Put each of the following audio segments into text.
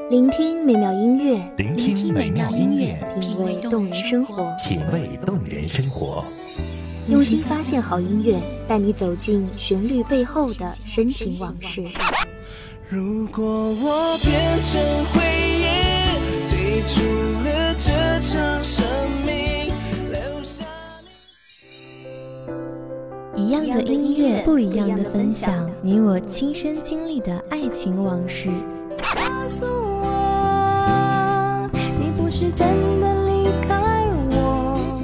聆听美妙音乐， 聆听美妙音乐， 品味动人生活， 品味动人生活。 用心发现好音乐，带你走进旋律背后的深情往事。 如果我变成回忆，退出了这场生命，留下一样的音乐，不一样的分享，你我亲身经历的爱情往事。 告诉我，你不是真的离开我。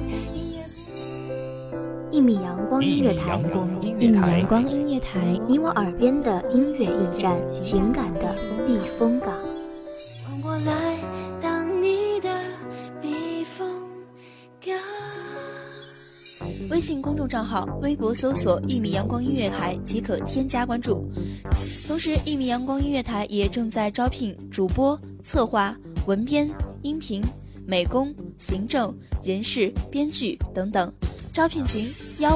一米阳光音乐台， 一米阳光音乐台， 你我耳边的音乐驿站，情感的避风港。 我来当你的避风港。 微信公众账号、微博搜索“一米阳光音乐台”即可添加关注。同时，一米阳光音乐台也正在招聘主播、策划、文编、音频、美工、行政、人事、编剧等等。招聘群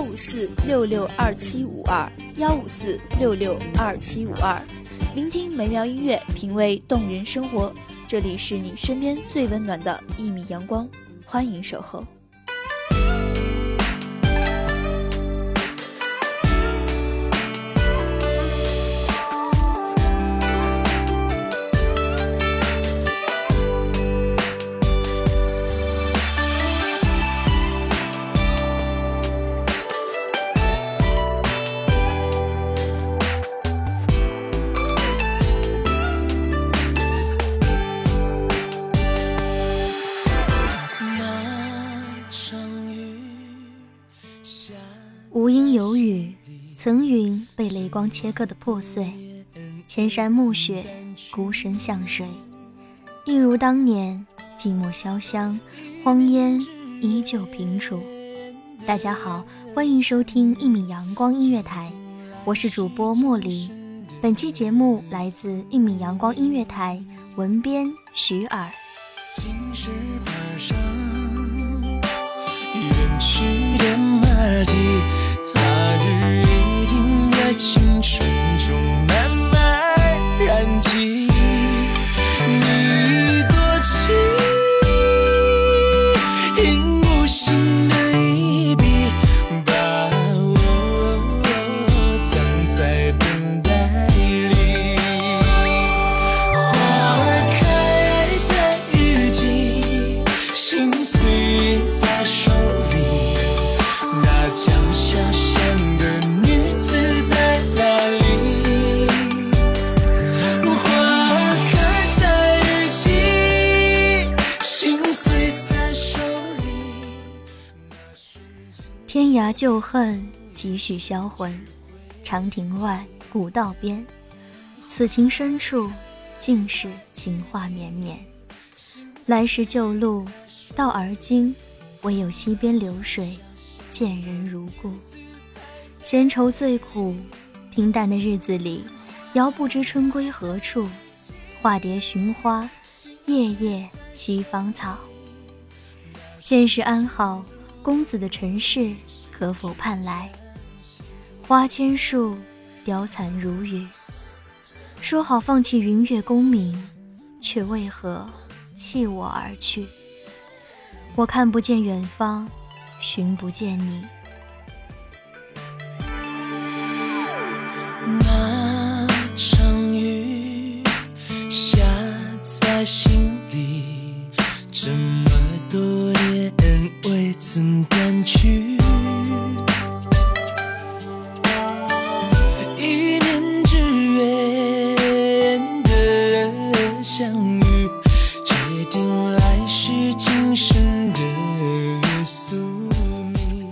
154662752，154662752。聆听美妙音乐，品味动人生活。这里是你身边最温暖的一米阳光，欢迎守候。 无因有雨，层云被雷光切割的破碎，千山暮雪，孤身向水，一如当年，寂寞潇湘，荒烟依旧平楚。大家好，欢迎收听一米阳光音乐台，我是主播莫离。本期节目来自一米阳光音乐台，文编徐尔。 青石板上远去的马蹄，他日一定在青春中慢慢燃尽。你多情，因无心的一笔，把我藏在等待里。花儿开在雨季，心碎在手里。那叫小巷的女子在哪里？花开在日记，心碎在手里。 天涯旧恨，几许销魂。长亭外，古道边，此情深处，尽是情话绵绵。来时旧路，到而今，唯有溪边流水，见人如故。闲愁最苦，平淡的日子里，遥不知春归何处。化蝶寻花，夜夜西芳草。现世安好，公子的尘世可否盼来？花千树，凋残如雨。说好放弃云月功名，却为何弃我而去？我看不见远方，寻不见你。 那场雨下在心里，这么多年未曾断去。一念之缘的相遇，决定来世今生的宿命。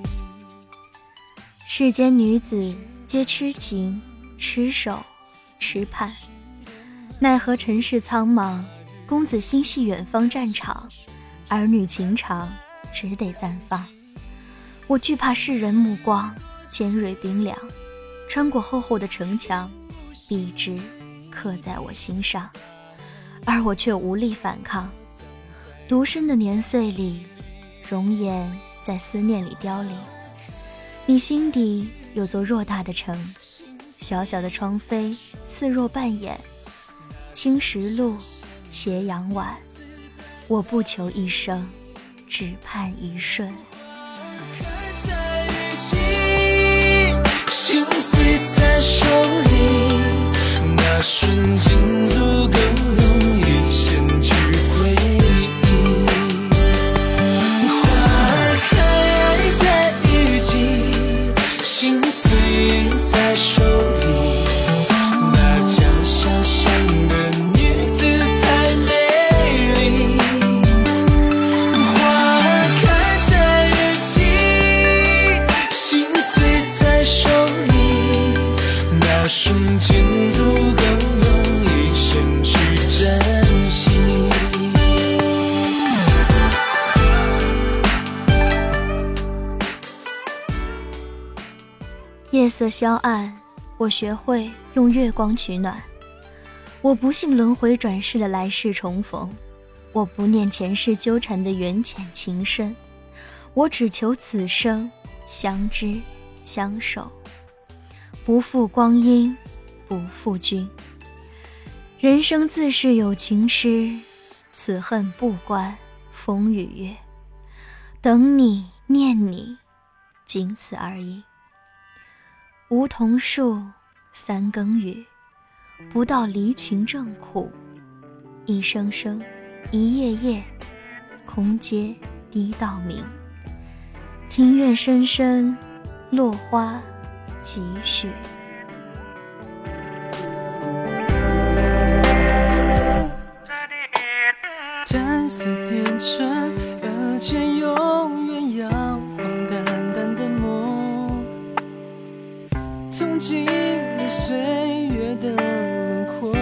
世间女子皆痴情、痴守、痴盼，奈何尘世苍茫，公子心系远方战场，儿女情长只得暂放。我惧怕世人目光，尖锐冰凉，穿过厚厚的城墙，笔直刻在我心上，而我却无力反抗。独身的年岁里，容颜在思念里凋零。你心底有座偌大的城，小小的窗扉似若半掩，青石路斜阳晚，我不求一生，只盼一瞬。 心碎在手里，那瞬间足够容易先去回忆。花儿开在雨季，心碎在手里，那叫想象的女子太美丽。花儿开在雨季，心碎在手里，那瞬间足够容易先去珍惜。 夜色消暗，我学会用月光取暖。我不信轮回转世的来世重逢，我不念前世纠缠的缘浅情深，我只求此生相知相守，不负光阴，不负君。人生自是有情诗，此恨不关风与月，等你念你，仅此而已。梧桐树，三更雨，不到离情正苦，一声声，一夜夜，空阶低到明。庭院深深，落花几许。 淡似点缀，而且永远摇晃淡淡的梦，痛尽了岁月的轮廓。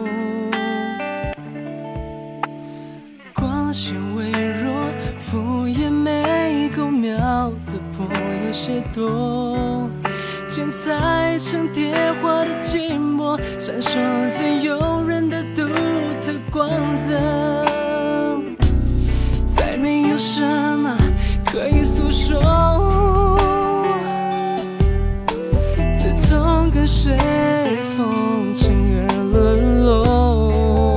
光线微弱，敷衍没够描的破有些多，剪裁成蝶花的寂寞，闪烁最诱人的独特光泽。再没有什么可以诉说，自从跟随风尘而沦落，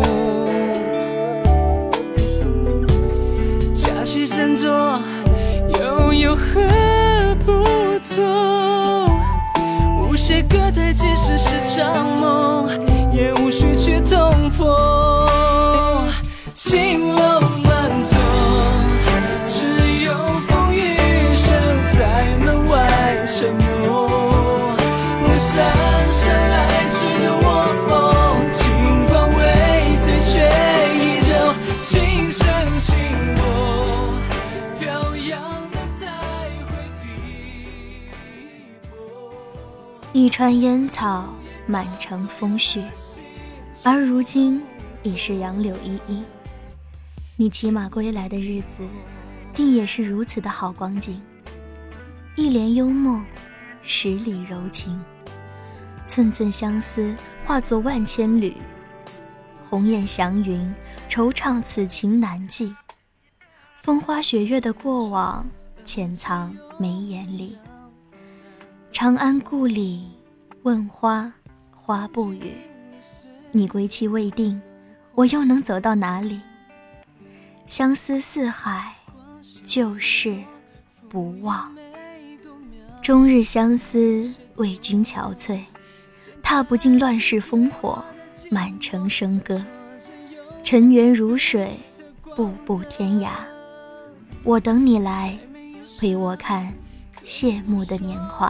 假戏真做又有何不妥？无懈可退，即使是场梦，也无需去捅破。青楼满座，只有风雨声在门外沉默。那姗姗来迟的我，尽管微醉却依旧情深情薄，飘扬的才会碧波。 一川烟草，满城风絮，而如今已是杨柳依依。你骑马归来的日子，定也是如此的好光景。一帘幽梦，十里柔情，寸寸相思化作万千缕。鸿雁祥云，惆怅此情难记。风花雪月的过往，潜藏眉眼里。长安故里，问花，花不语。你归期未定，我又能走到哪里？相思四海，旧事不忘。终日相思，为君憔悴，踏不尽乱世烽火，满城笙歌。尘缘如水，步步天涯。我等你来，陪我看谢幕的年华。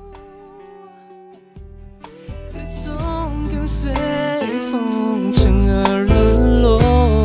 自从跟随风尘而沦落，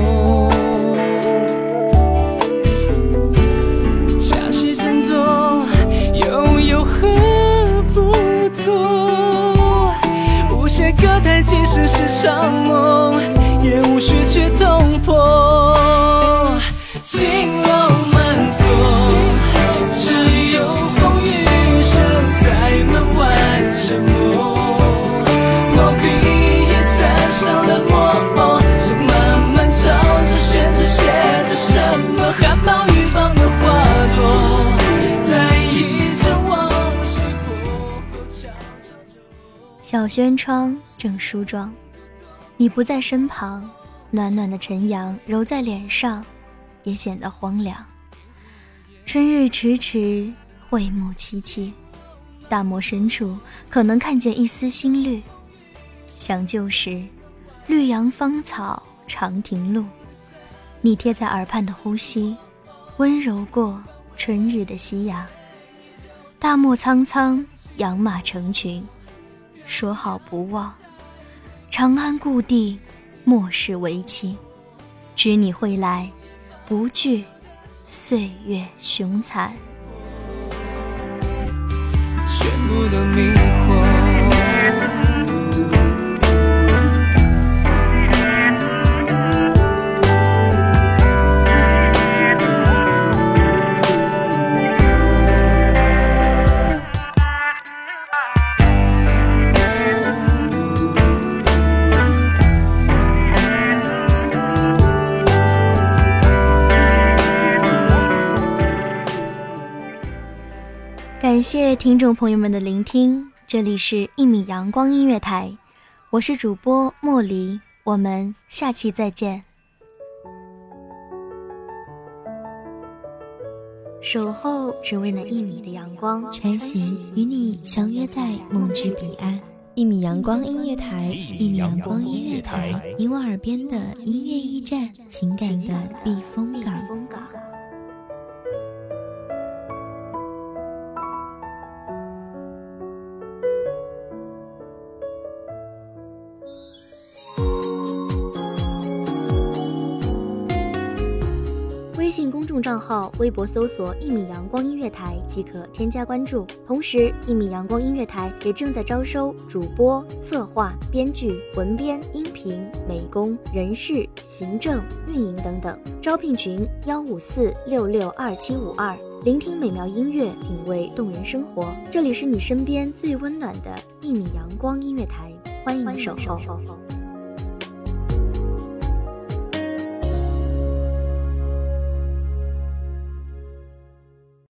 假戏真做又有何不妥？无懈可退，即使是场梦，也无需去捅破。青楼满座，只有风雨声在门外沉默。毛笔也沾上了墨，是慢慢朝着宣纸写着什么，含苞欲放的花朵，在一阵往事过后悄悄着落。 小轩窗正梳妆，你不在身旁， 暖暖的晨阳揉在脸上，也显得荒凉。春日迟迟，惠木萋萋，大漠深处可能看见一丝新绿。想旧时，绿杨芳草长亭路，你贴在耳畔的呼吸，温柔过春日的夕阳。大漠苍苍，养马成群，说好不忘，长安故地，莫视为期。知你会来，不惧岁月凶残。 全部都迷惑。 感谢听众朋友们的聆听，这里是1米阳光音乐台，我是主播莫离，我们下期再见。守候只为那1米的阳光， 穿行与你相约在梦之彼岸。1米阳光音乐台，1米阳光音乐台，你我耳边的音乐驿站，情感的避风港。 微信公众账号、微博搜索1米阳光音乐台即可添加关注。同时，1米阳光音乐台也正在招收主播、策划、编剧、文编、音频、美工、人事、行政、运营等等。招聘群154662752。聆听美妙音乐，品味动人生活。这里是你身边最温暖的1米阳光音乐台，欢迎守候。